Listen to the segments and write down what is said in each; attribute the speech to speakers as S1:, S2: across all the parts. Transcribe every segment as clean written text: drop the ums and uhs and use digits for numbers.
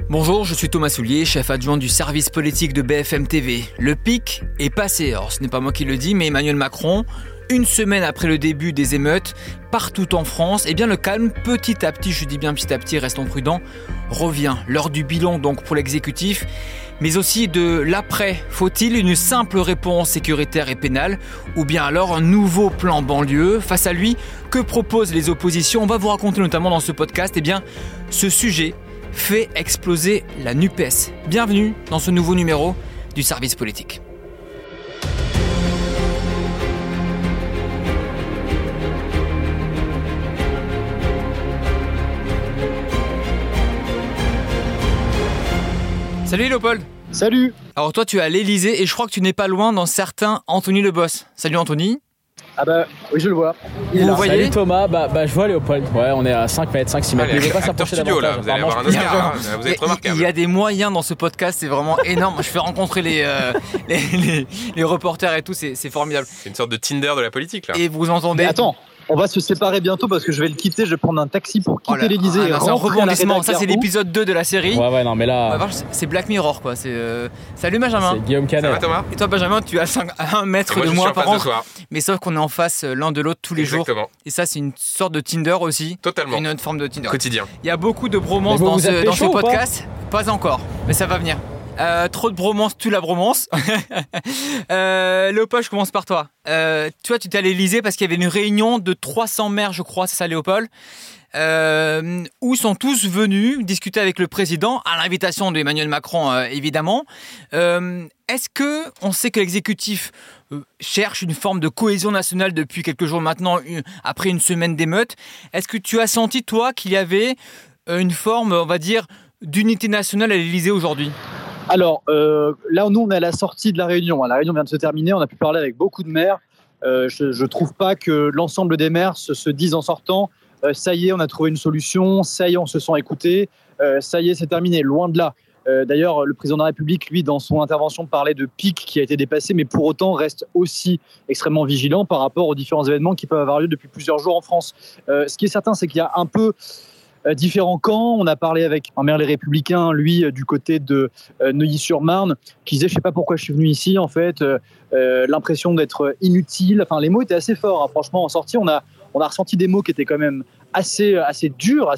S1: Bonjour, je suis Thomas Soulier, chef adjoint du service politique de BFM TV. Le pic est passé, alors ce n'est pas moi qui le dis, mais Emmanuel Macron, une semaine après le début des émeutes, partout en France, eh bien le calme, petit à petit, je dis bien petit à petit, restons prudents, revient. L'heure du bilan donc pour l'exécutif, mais aussi de l'après. Faut-il une simple réponse sécuritaire et pénale, ou bien alors un nouveau plan banlieue? Face à lui, que proposent les oppositions? On va vous raconter notamment dans ce podcast, eh bien, ce sujet fait exploser la NUPES. Bienvenue dans ce nouveau numéro du service politique. Salut Léopold.
S2: Salut.
S1: Alors toi tu es à l'Elysée et je crois que tu n'es pas loin d'un certain Anthony Leboss. Salut Anthony.
S2: Ah bah oui, je le vois.
S1: Vous voyez?
S3: Salut Thomas, je vois Léopold. Ouais, on est à 5 mètres, 5-6 mètres.
S4: Il est acteur studio là, vous allez avoir un Oscar, vous êtes remarquable.
S1: Il y a des moyens dans ce podcast, c'est vraiment énorme. Je fais rencontrer les reporters et tout, c'est formidable.
S4: C'est une sorte de Tinder de la politique là.
S1: Et vous entendez?
S2: Mais attends, on va se séparer bientôt parce que je vais le quitter, je vais prendre un taxi pour quitter l'Elysée.
S1: C'est un rebondissement, ça c'est l'épisode 2 de la série.
S3: Ouais, non mais là...
S1: C'est Black Mirror quoi. Salut Benjamin.
S3: C'est Guillaume Canet.
S4: Ça va Thomas?
S1: Et toi Benjamin, tu es à 1 mètre de moi par an. Mais sauf qu'on est en face l'un de l'autre tous les jours. Et ça c'est une sorte de Tinder aussi.
S4: Totalement.
S1: Une autre forme de Tinder.
S4: Quotidien.
S1: Il y a beaucoup de bromance dans ce podcast. Pas encore, mais ça va venir. Trop de bromance, tue la bromance. Léopold, je commence par toi. Tu t'es à l'Elysée parce qu'il y avait une réunion de 300 maires, je crois, c'est ça Léopold, où sont tous venus discuter avec le président, à l'invitation d'Emmanuel Macron, évidemment. Est-ce que on sait que l'exécutif cherche une forme de cohésion nationale depuis quelques jours maintenant, après une semaine d'émeutes? Est-ce que tu as senti, toi, qu'il y avait une forme, on va dire, d'unité nationale à l'Elysée aujourd'hui?
S2: Alors, là, nous, on est à la sortie de la réunion. La réunion vient de se terminer. On a pu parler avec beaucoup de maires. Je ne trouve pas que l'ensemble des maires se disent en sortant ça y est, on a trouvé une solution. Ça y est, on se sent écouté. Ça y est, c'est terminé. Loin de là. D'ailleurs, le président de la République, lui, dans son intervention, parlait de pic qui a été dépassé, mais pour autant reste aussi extrêmement vigilant par rapport aux différents événements qui peuvent avoir lieu depuis plusieurs jours en France. Ce qui est certain, c'est qu'il y a un peu différents camps. On a parlé avec un maire Les Républicains, lui, du côté de Neuilly-sur-Marne, qui disait « je sais pas pourquoi je suis venu ici, en fait, l'impression d'être inutile ». Enfin, les mots étaient assez forts, hein. Franchement, en sortie, on a ressenti des mots qui étaient quand même assez durs,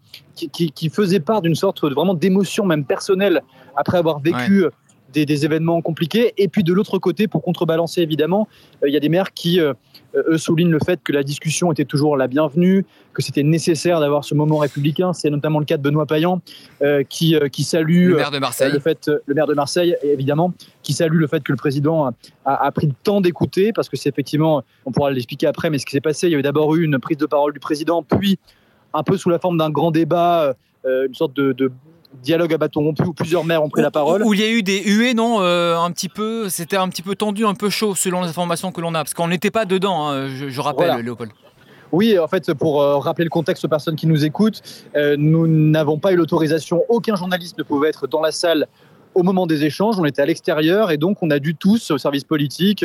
S2: qui faisaient part d'une sorte de, vraiment d'émotion, même personnelle, après avoir vécu des événements compliqués. Et puis de l'autre côté, pour contrebalancer évidemment, il y a des maires qui, eux, soulignent le fait que la discussion était toujours la bienvenue, que c'était nécessaire d'avoir ce moment républicain. C'est notamment le cas de Benoît Payan, qui salue
S1: le maire de Marseille.
S2: Le maire de Marseille, évidemment, qui salue le fait que le président a pris le temps d'écouter, parce que c'est effectivement, on pourra l'expliquer après, mais ce qui s'est passé, il y avait d'abord eu une prise de parole du président, puis un peu sous la forme d'un grand débat, une sorte de dialogue à bâton rompu où plusieurs maires ont pris la parole.
S1: Où il y a eu des huées, non, un petit peu, c'était un petit peu tendu, un peu chaud selon les informations que l'on a, parce qu'on n'était pas dedans, hein, je rappelle, voilà. Léopold.
S2: Oui, en fait, pour rappeler le contexte aux personnes qui nous écoutent, nous n'avons pas eu l'autorisation, aucun journaliste ne pouvait être dans la salle au moment des échanges, on était à l'extérieur et donc on a dû tous, au service politique,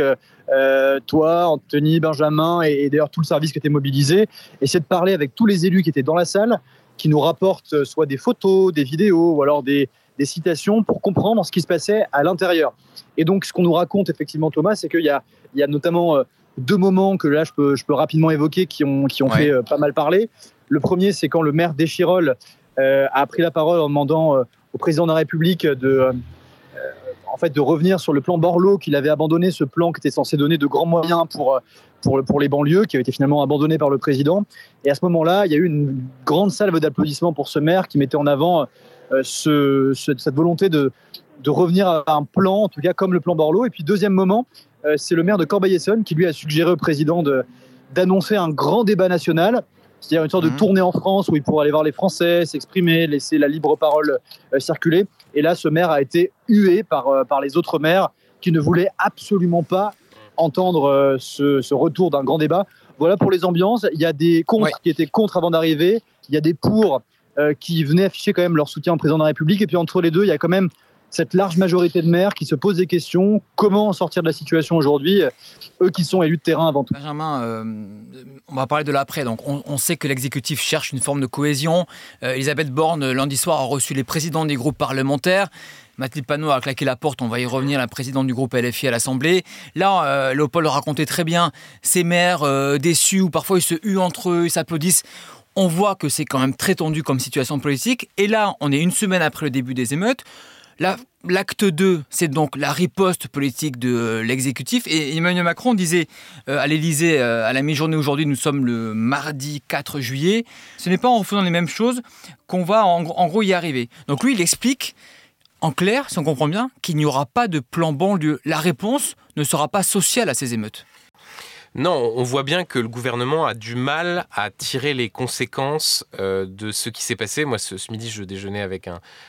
S2: toi, Anthony, Benjamin et d'ailleurs tout le service qui était mobilisé, essayer de parler avec tous les élus qui étaient dans la salle, qui nous rapportent soit des photos, des vidéos ou alors des citations pour comprendre ce qui se passait à l'intérieur. Et donc, ce qu'on nous raconte effectivement, Thomas, c'est qu'il y a notamment 2 moments que là, je peux rapidement évoquer qui ont fait pas mal parler. Le premier, c'est quand le maire d'Échirolles a pris la parole en demandant au président de la République de revenir sur le plan Borloo, qu'il avait abandonné, ce plan qui était censé donner de grands moyens pour les banlieues, qui avait été finalement abandonné par le président. Et à ce moment-là, il y a eu une grande salve d'applaudissements pour ce maire qui mettait en avant cette volonté de revenir à un plan, en tout cas comme le plan Borloo. Et puis deuxième moment, c'est le maire de Corbeil-Essonnes qui lui a suggéré au président d'annoncer un grand débat national, c'est-à-dire une sorte de tournée en France où il pourrait aller voir les Français, s'exprimer, laisser la libre parole circuler. Et là, ce maire a été hué par les autres maires qui ne voulaient absolument pas entendre ce retour d'un grand débat. Voilà pour les ambiances. Il y a des contre qui étaient contre avant d'arriver. Il y a des pour qui venaient afficher quand même leur soutien au président de la République. Et puis entre les deux, il y a quand même cette large majorité de maires qui se posent des questions. Comment en sortir de la situation aujourd'hui, eux qui sont élus de terrain avant tout.
S1: Benjamin, on va parler de l'après. Donc, on sait que l'exécutif cherche une forme de cohésion. Elisabeth Borne, lundi soir, a reçu les présidents des groupes parlementaires. Mathilde Panot a claqué la porte, on va y revenir, la présidente du groupe LFI à l'Assemblée. Là, Léopold racontait très bien ces maires déçus où parfois ils se huent entre eux, ils s'applaudissent. On voit que c'est quand même très tendu comme situation politique. Et là, on est une semaine après le début des émeutes. L'acte 2, c'est donc la riposte politique de l'exécutif. Et Emmanuel Macron disait à l'Élysée, à la mi-journée aujourd'hui, nous sommes le mardi 4 juillet, ce n'est pas en faisant les mêmes choses qu'on va en gros y arriver. Donc lui, il explique, en clair, si on comprend bien, qu'il n'y aura pas de plan banlieue. La réponse ne sera pas sociale à ces émeutes.
S4: Non, on voit bien que le gouvernement a du mal à tirer les conséquences de ce qui s'est passé. Moi, ce midi, je déjeunais avec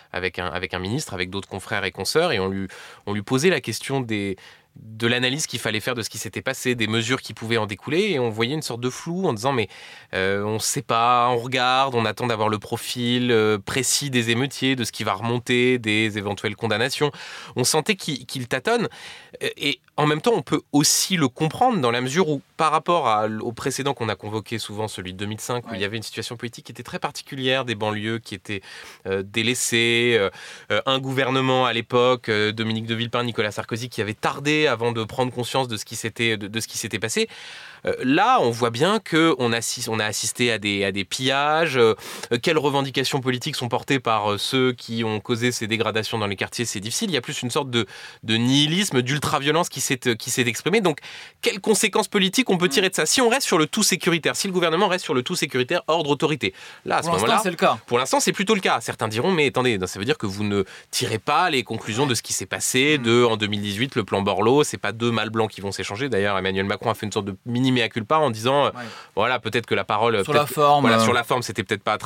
S4: un ministre, avec d'autres confrères et consoeurs, et on lui posait la question de l'analyse qu'il fallait faire de ce qui s'était passé, des mesures qui pouvaient en découler, et on voyait une sorte de flou en disant mais on ne sait pas, on regarde, on attend d'avoir le profil précis des émeutiers, de ce qui va remonter, des éventuelles condamnations. On sentait qu'il tâtonne, et en même temps on peut aussi le comprendre dans la mesure où par rapport au précédent qu'on a convoqué souvent, celui de 2005, où il y avait une situation politique qui était très particulière, des banlieues qui étaient délaissées, un gouvernement à l'époque, Dominique de Villepin, Nicolas Sarkozy, qui avait tardé avant de prendre conscience de ce qui s'était passé. Là, on voit bien qu'on a assisté à des pillages. Quelles revendications politiques sont portées par ceux qui ont causé ces dégradations dans les quartiers, c'est difficile. Il y a plus une sorte de nihilisme, d'ultra-violence qui s'est exprimée. Donc, quelles conséquences politiques on peut tirer de ça? Si on reste sur le tout sécuritaire, si le gouvernement reste sur le tout sécuritaire, ordre-autorité, là, à ce moment-là,
S1: c'est le cas.
S4: Pour l'instant, c'est plutôt le cas. Certains diront, mais attendez, ça veut dire que vous ne tirez pas les conclusions de ce qui s'est passé en 2018, le plan Borloo, c'est pas deux mâles blancs qui vont s'échanger. D'ailleurs, Emmanuel Macron a fait une sorte de mini mea culpa en disant voilà, peut-être que la parole
S1: sur la forme,
S4: c'était peut-être pas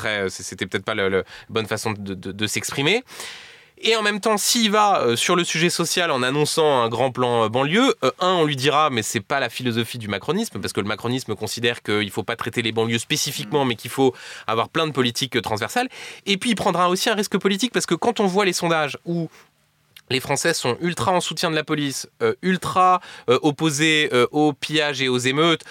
S4: la bonne façon de s'exprimer. Et en même temps, s'il va sur le sujet social en annonçant un grand plan banlieue, on lui dira mais c'est pas la philosophie du macronisme, parce que le macronisme considère qu'il faut pas traiter les banlieues spécifiquement, mais qu'il faut avoir plein de politiques transversales. Et puis il prendra aussi un risque politique, parce que quand on voit les sondages où les Français sont ultra en soutien de la police, ultra opposés au pillage et aux émeutes,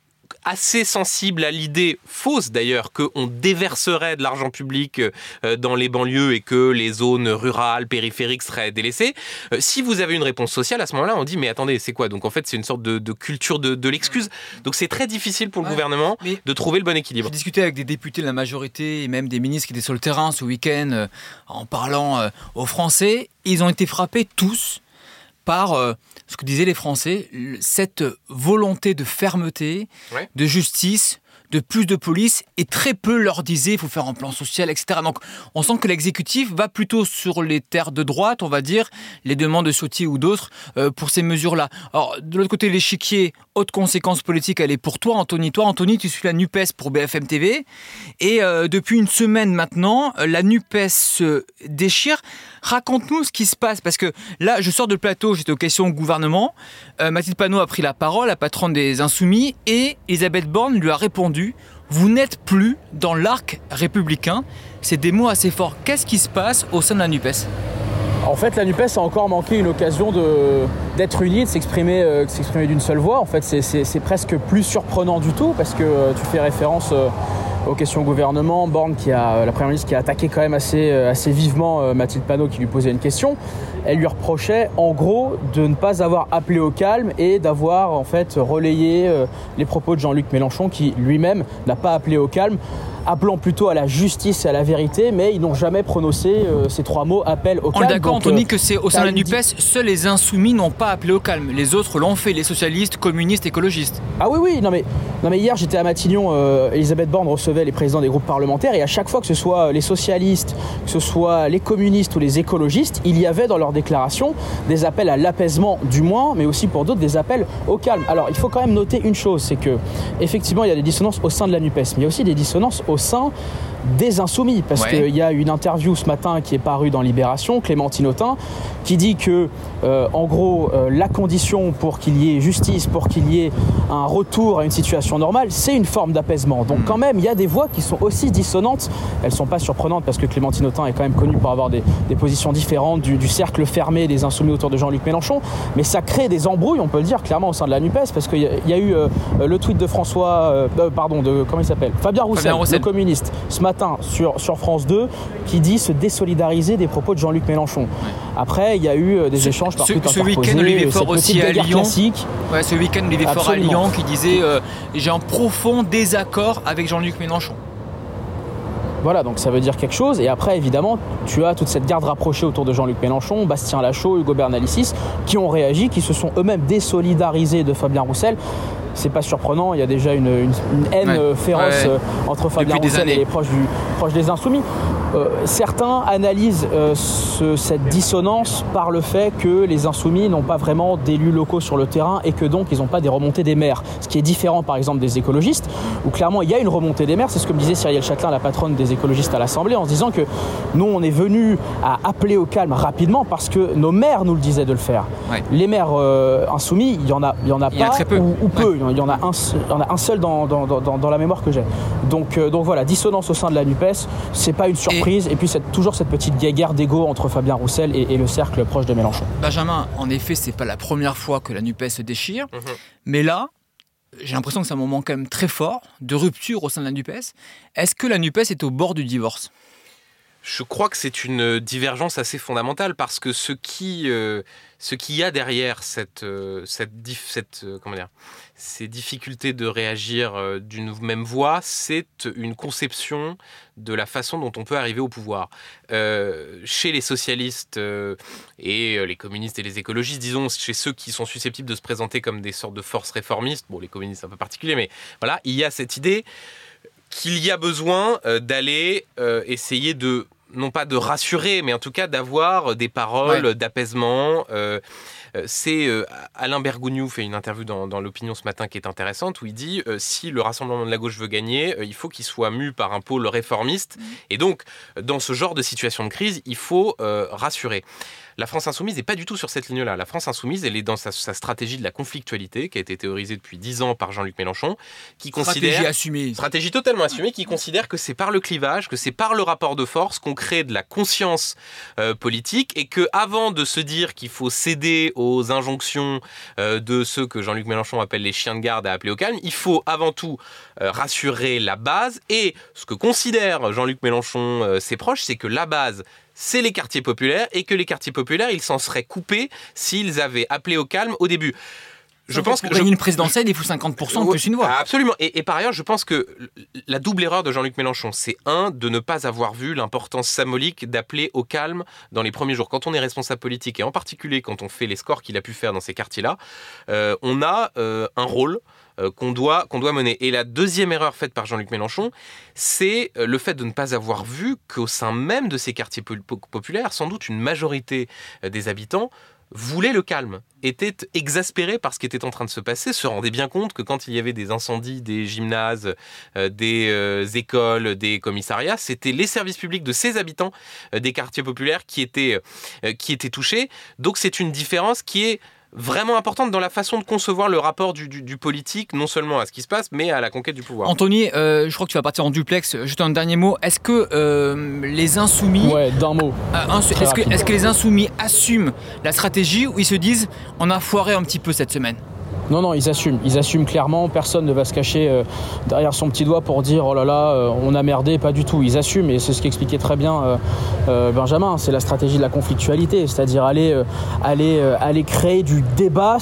S4: assez sensible à l'idée fausse d'ailleurs qu'on déverserait de l'argent public dans les banlieues et que les zones rurales, périphériques seraient délaissées. Si vous avez une réponse sociale, à ce moment-là, on dit mais attendez, c'est quoi? Donc en fait, c'est une sorte de culture de l'excuse. Donc c'est très difficile pour le gouvernement de trouver le bon équilibre.
S1: J'ai discuté avec des députés de la majorité et même des ministres qui étaient sur le terrain ce week-end en parlant aux Français. Ils ont été frappés tous par ce que disaient les Français, cette volonté de fermeté, de justice, de plus de police, et très peu leur disaient il faut faire un plan social, etc. Donc on sent que l'exécutif va plutôt sur les terres de droite, on va dire, les demandes de Sautier ou d'autres pour ces mesures-là. Alors de l'autre côté de l'échiquier, autre conséquence politique, elle est pour toi, Anthony. Toi, Anthony, tu suis la NUPES pour BFM TV, et depuis une semaine maintenant, la NUPES se déchire. Raconte-nous ce qui se passe, parce que là, je sors de plateau, j'étais aux questions au gouvernement, Mathilde Panot a pris la parole, la patronne des Insoumis, et Elisabeth Borne lui a répondu « Vous n'êtes plus dans l'arc républicain ». C'est des mots assez forts. Qu'est-ce qui se passe au sein de la NUPES ?
S3: En fait, la NUPES a encore manqué une occasion d'être unie, de s'exprimer d'une seule voix. En fait, c'est presque plus surprenant du tout, parce que tu fais référence aux questions au gouvernement. Borne, la Première ministre, qui a attaqué quand même assez vivement Mathilde Panot, qui lui posait une question. Elle lui reprochait, en gros, de ne pas avoir appelé au calme et d'avoir, en fait, relayé les propos de Jean-Luc Mélenchon, qui lui-même n'a pas appelé au calme, appelant plutôt à la justice et à la vérité, mais ils n'ont jamais prononcé ces trois mots, appel au calme.
S1: On est d'accord, Anthony, que c'est au sein de la NUPES, seuls les Insoumis n'ont pas appelé au calme. Les autres l'ont fait, les socialistes, communistes, écologistes.
S3: Ah oui, non mais hier j'étais à Matignon, Elisabeth Borne recevait les présidents des groupes parlementaires, et à chaque fois que ce soit les socialistes, que ce soit les communistes ou les écologistes, il y avait dans leur déclaration des appels à l'apaisement du moins, mais aussi pour d'autres des appels au calme. Alors il faut quand même noter une chose, c'est que effectivement il y a des dissonances au sein de la NUPES, mais il y a aussi des dissonances au sein des Insoumis, parce qu'il y a une interview ce matin qui est parue dans Libération, Clémentine Autain, qui dit que, en gros, la condition pour qu'il y ait justice, pour qu'il y ait un retour à une situation normale, c'est une forme d'apaisement. Donc quand même, il y a des voix qui sont aussi dissonantes. Elles ne sont pas surprenantes parce que Clémentine Autain est quand même connue pour avoir des positions différentes du cercle fermé des Insoumis autour de Jean-Luc Mélenchon, mais ça crée des embrouilles, on peut le dire clairement, au sein de la NUPES, parce qu'il y a eu le tweet de comment il s'appelle, Fabien Roussel, le communiste, ce matin sur France 2, qui dit se désolidariser des propos de Jean-Luc Mélenchon. Après, il y a eu des échanges par
S1: ce week-end, Olivier Faure aussi à Lyon. Ce week-end, Olivier Faure à Lyon qui disait j'ai un profond désaccord avec Jean-Luc Mélenchon.
S3: Voilà, donc ça veut dire quelque chose. Et après, évidemment, tu as toute cette garde rapprochée autour de Jean-Luc Mélenchon, Bastien Lachaud, Hugo Bernalicis, qui ont réagi, qui se sont eux-mêmes désolidarisés de Fabien Roussel. C'est pas surprenant, il y a déjà une haine féroce entre Fabien Roussel et les proches des Insoumis. Certains analysent cette dissonance par le fait que les Insoumis n'ont pas vraiment d'élus locaux sur le terrain et que donc ils n'ont pas des remontées des maires. Ce qui est différent par exemple des écologistes, où clairement il y a une remontée des maires. C'est ce que me disait Cyrielle Châtelain, la patronne des écologistes à l'Assemblée, en se disant que nous on est venus à appeler au calme rapidement parce que nos maires nous le disaient de le faire. Les maires insoumis, il y en a pas très peu. Ou peu. Il y en a un seul dans la mémoire que j'ai. Donc voilà, dissonance au sein de la NUPES, c'est pas une surprise. Et puis toujours cette petite guerre d'ego entre Fabien Roussel et le cercle proche de Mélenchon.
S1: Benjamin, en effet, c'est pas la première fois que la NUPES se déchire, mais là, j'ai l'impression que c'est un moment quand même très fort de rupture au sein de la NUPES. Est-ce que la NUPES est au bord du divorce ?
S4: Je crois que c'est une divergence assez fondamentale parce que ce qui y a derrière ces difficultés de réagir d'une même voix, c'est une conception de la façon dont on peut arriver au pouvoir. Chez les socialistes et les communistes et les écologistes, disons, chez ceux qui sont susceptibles de se présenter comme des sortes de forces réformistes, bon, les communistes c'est un peu particulier, mais voilà, il y a cette idée qu'il y a besoin d'aller essayer de, non pas de rassurer, mais en tout cas d'avoir des paroles d'apaisement. Alain Bergougnou fait une interview dans l'Opinion ce matin qui est intéressante, où il dit si le Rassemblement de la gauche veut gagner, il faut qu'il soit mu par un pôle réformiste. Et donc, dans ce genre de situation de crise, il faut rassurer. La France Insoumise n'est pas du tout sur cette ligne-là. La France Insoumise, elle est dans sa stratégie de la conflictualité, qui a été théorisée depuis 10 ans par Jean-Luc Mélenchon, qui stratégie totalement assumée, qui considère que c'est par le clivage, que c'est par le rapport de force qu'on crée de la conscience politique, et que avant de se dire qu'il faut céder aux injonctions de ceux que Jean-Luc Mélenchon appelle les chiens de garde à appeler au calme, il faut avant tout rassurer la base. Et ce que considère Jean-Luc Mélenchon, ses proches, c'est que la base, c'est les quartiers populaires, et que les quartiers populaires, ils s'en seraient coupés s'ils avaient appelé au calme au début.
S1: Je pense que pour gagner une présidentielle, il faut 50% plus une voix.
S4: Absolument. Et par ailleurs, je pense que la double erreur de Jean-Luc Mélenchon, c'est de ne pas avoir vu l'importance symbolique d'appeler au calme dans les premiers jours. Quand on est responsable politique, et en particulier quand on fait les scores qu'il a pu faire dans ces quartiers-là, on a un rôle qu'on doit mener. Et la deuxième erreur faite par Jean-Luc Mélenchon, c'est le fait de ne pas avoir vu qu'au sein même de ces quartiers populaires, sans doute une majorité des habitants voulaient le calme, étaient exaspérés par ce qui était en train de se passer, se rendaient bien compte que quand il y avait des incendies, des gymnases, des écoles, des commissariats, c'était les services publics de ces habitants des quartiers populaires qui étaient touchés. Donc c'est une différence qui est vraiment importante dans la façon de concevoir le rapport du politique, non seulement à ce qui se passe, mais à la conquête du pouvoir.
S1: Anthony, je crois que tu vas partir en duplex. Juste un dernier mot. Est-ce que les Insoumis...
S3: Ouais, d'un mot.
S1: Est-ce que les Insoumis assument la stratégie ou ils se disent on a foiré un petit peu cette semaine ?
S3: Non, ils assument clairement, personne ne va se cacher derrière son petit doigt pour dire oh là là, on a merdé, pas du tout. Ils assument, et c'est ce qu'expliquait très bien Benjamin, c'est la stratégie de la conflictualité, c'est-à-dire aller créer du débat.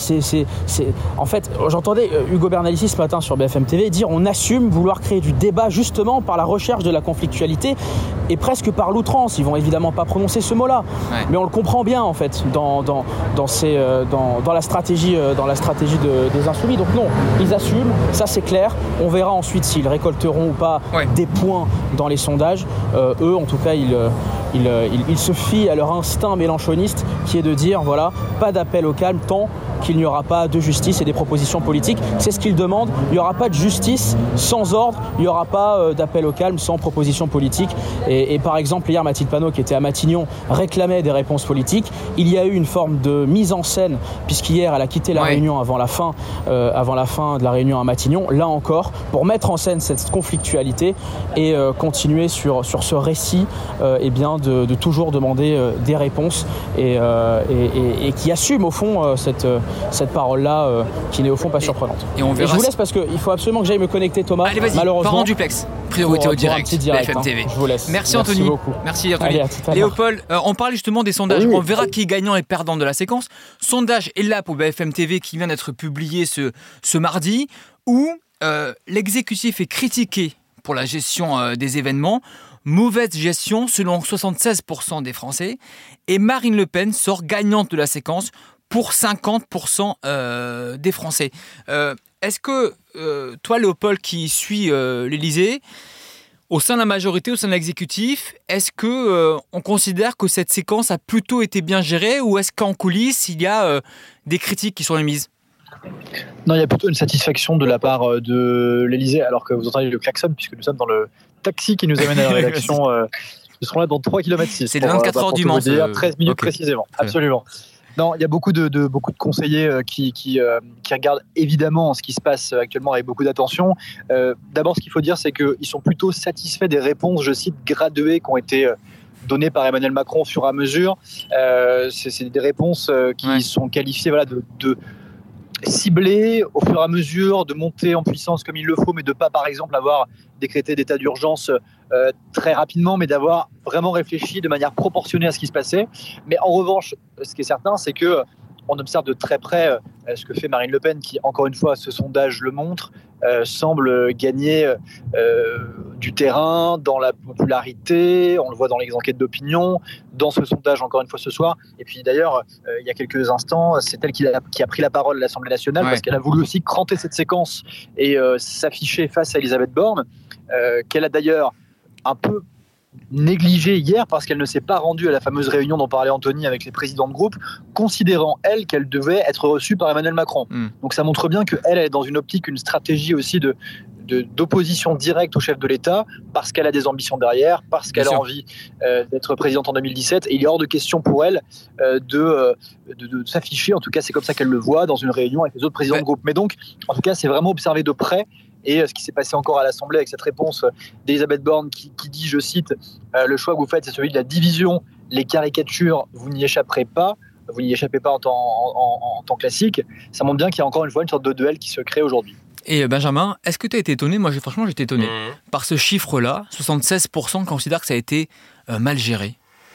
S3: En fait, j'entendais Hugo Bernalicis ce matin sur BFM TV dire on assume vouloir créer du débat justement par la recherche de la conflictualité et presque par l'outrance. Ils vont évidemment pas prononcer ce mot-là, mais on le comprend bien en fait dans la stratégie des Insoumis. Donc non, ils assument, ça c'est clair. On verra ensuite s'ils récolteront ou pas des points dans les sondages. Eux, en tout cas, ils se fient à leur instinct mélenchoniste qui est de dire voilà, pas d'appel au calme tant qu'il n'y aura pas de justice et des propositions politiques. C'est ce qu'il demande. Il n'y aura pas de justice sans ordre, il n'y aura pas d'appel au calme sans proposition politique. Et par exemple, hier, Mathilde Panot, qui était à Matignon, réclamait des réponses politiques. Il y a eu une forme de mise en scène, puisqu'hier, elle a quitté la réunion avant la fin de la réunion à Matignon, là encore, pour mettre en scène cette conflictualité et continuer sur ce récit de toujours demander des réponses et qui assume au fond cette parole-là qui n'est au fond pas surprenante.
S1: Et on verra.
S3: Je vous laisse parce qu'il faut absolument que j'aille me connecter, Thomas.
S1: Allez, vas-y,
S3: malheureusement.
S1: par en duplex. Priorité au direct, BFM TV.
S3: Je vous laisse.
S1: Merci Anthony.
S3: Beaucoup.
S1: Merci Anthony.
S3: Allez, à tout à l'heure.
S1: Léopold, on parle justement des sondages.
S2: Oui.
S1: On verra qui est gagnant et perdant de la séquence. Sondage est là pour BFM TV qui vient d'être publié ce mardi où l'exécutif est critiqué pour la gestion des événements. Mauvaise gestion selon 76% des Français. Et Marine Le Pen sort gagnante de la séquence pour 50% des Français. Est-ce que toi, Léopold, qui suis l'Élysée, au sein de la majorité, au sein de l'exécutif, est-ce que on considère que cette séquence a plutôt été bien gérée ou est-ce qu'en coulisses, il y a des critiques qui sont émises ?
S2: Non, il y a plutôt une satisfaction de la part de l'Élysée, alors que vous entendez le klaxon, puisque nous sommes dans le taxi qui nous amène à la rédaction. Nous serons là dans 3 km 6.
S1: C'est les 24 heures du Mans.
S2: 13 minutes précisément, absolument. Non, il y a beaucoup de conseillers qui regardent évidemment ce qui se passe actuellement avec beaucoup d'attention. D'abord, ce qu'il faut dire, c'est qu'ils sont plutôt satisfaits des réponses, je cite, graduées qui ont été données par Emmanuel Macron au fur et à mesure. C'est des réponses qui sont qualifiées de ciblées au fur et à mesure, de monter en puissance comme il le faut, mais de pas, par exemple, avoir décrété d'état d'urgence très rapidement, mais d'avoir vraiment réfléchi de manière proportionnée à ce qui se passait. Mais en revanche, ce qui est certain, c'est que on observe de très près ce que fait Marine Le Pen, qui, encore une fois, ce sondage le montre, semble gagner du terrain dans la popularité. On le voit dans les enquêtes d'opinion, dans ce sondage, encore une fois, ce soir. Et puis, d'ailleurs, il y a quelques instants, c'est elle qui a pris la parole à l'Assemblée nationale, parce qu'elle a voulu aussi cranter cette séquence et s'afficher face à Elisabeth Borne, qu'elle a d'ailleurs un peu négligée hier parce qu'elle ne s'est pas rendue à la fameuse réunion dont parlait Anthony avec les présidents de groupe, considérant, elle, qu'elle devait être reçue par Emmanuel Macron. Donc ça montre bien qu'elle est dans une optique, une stratégie aussi d'opposition directe au chef de l'État, parce qu'elle a des ambitions derrière, parce qu'elle a envie d'être présidente en 2017, et il est hors de question pour elle de s'afficher, en tout cas c'est comme ça qu'elle le voit, dans une réunion avec les autres présidents de groupe. Mais donc, en tout cas, c'est vraiment observé de près. Et ce qui s'est passé encore à l'Assemblée avec cette réponse d'Elisabeth Borne qui dit, je cite, le choix que vous faites, c'est celui de la division, les caricatures, vous n'y échapperez pas, vous n'y échappez pas en temps classique. Ça montre bien qu'il y a encore une fois une sorte de duel qui se crée aujourd'hui.
S1: Et Benjamin, est-ce que tu as été étonné ? Moi, franchement, j'étais étonné par ce chiffre-là. 76% considèrent que ça a été mal géré.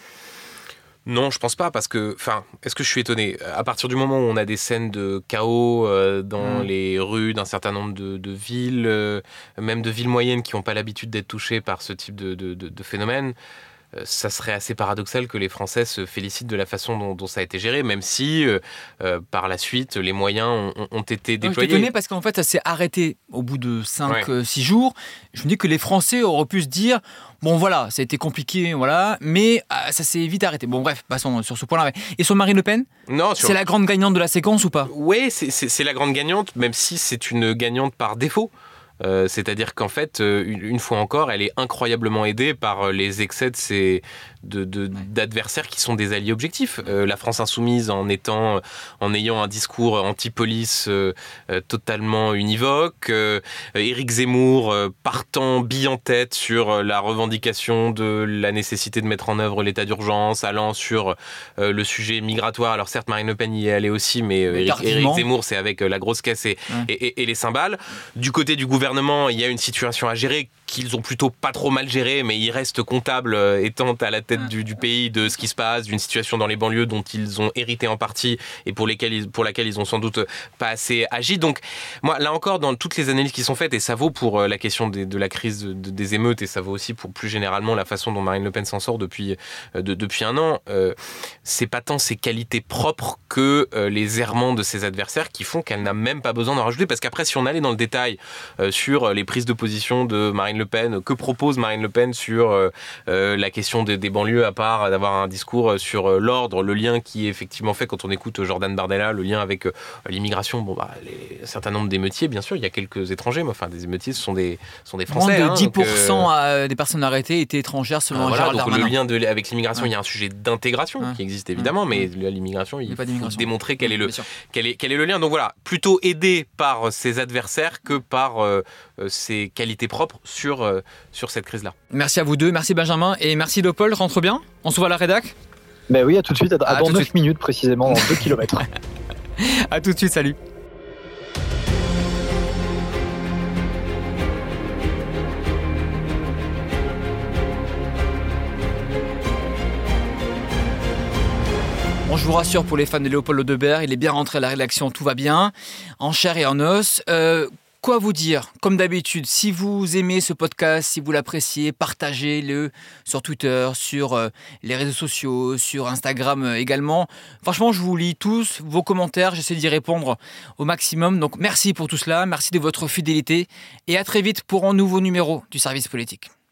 S4: Non, je pense pas, parce que, est-ce que je suis étonné ? À partir du moment où on a des scènes de chaos dans les rues d'un certain nombre de villes, même de villes moyennes qui n'ont pas l'habitude d'être touchées par ce type de phénomène, ça serait assez paradoxal que les Français se félicitent de la façon dont ça a été géré, même si par la suite les moyens ont été déployés.
S1: Je suis étonné parce qu'en fait ça s'est arrêté au bout de 5-6 jours. Je me dis que les Français auraient pu se dire bon voilà, ça a été compliqué, voilà, mais ça s'est vite arrêté. Bon bref, passons sur ce point-là. Et sur Marine Le Pen, c'est la grande gagnante de la séquence ou pas ?
S4: Oui, c'est la grande gagnante, même si c'est une gagnante par défaut. C'est-à-dire qu'en fait, une fois encore, elle est incroyablement aidée par les excès d'adversaires qui sont des alliés objectifs. La France insoumise, en ayant un discours anti-police totalement univoque, Éric Zemmour partant bille en tête sur la revendication de la nécessité de mettre en œuvre l'état d'urgence, allant sur le sujet migratoire. Alors certes, Marine Le Pen y est allée aussi, mais Éric Zemmour, c'est avec la grosse caisse et les cymbales. Du côté du gouvernement, il y a une situation à gérer qu'ils ont plutôt pas trop mal gérée, mais ils restent comptables étant à la tête du pays de ce qui se passe, d'une situation dans les banlieues dont ils ont hérité en partie et pour laquelle ils ont sans doute pas assez agi. Donc moi, là encore, dans toutes les analyses qui sont faites, et ça vaut pour la question de la crise des émeutes, et ça vaut aussi pour plus généralement la façon dont Marine Le Pen s'en sort depuis un an, c'est pas tant ses qualités propres que les errements de ses adversaires qui font qu'elle n'a même pas besoin d'en rajouter, parce qu'après, si on allait dans le détail sur les prises de position de Marine Marine Le Pen, que propose Marine Le Pen sur la question des banlieues, à part d'avoir un discours sur l'ordre, le lien qui est effectivement fait quand on écoute Jordan Bardella, le lien avec l'immigration. Un certain nombre d'émeutiers, bien sûr, il y a quelques étrangers, mais enfin, des émeutiers, ce sont des Français.
S1: Moins de 10% des personnes arrêtées étaient étrangères selon Gérald Darmanin.
S4: Le lien avec l'immigration, il y a un sujet d'intégration qui existe évidemment, mais l'immigration, il faut démontrer quel est le lien. Donc voilà, plutôt aidé par ses adversaires que par ses qualités propres sur cette crise-là.
S1: Merci à vous deux, merci Benjamin et merci Léopold, rentre bien. On se voit à la rédac.
S2: Ben oui, à tout de suite, dans 9 minutes précisément, dans 2 km.
S1: À tout de suite, salut. Bon, je vous rassure pour les fans de Léopold Lodebert, il est bien rentré à la rédaction, tout va bien, en chair et en os. Quoi vous dire? Comme d'habitude, si vous aimez ce podcast, si vous l'appréciez, partagez-le sur Twitter, sur les réseaux sociaux, sur Instagram également. Franchement, je vous lis tous vos commentaires, j'essaie d'y répondre au maximum. Donc merci pour tout cela, merci de votre fidélité et à très vite pour un nouveau numéro du Service Politique.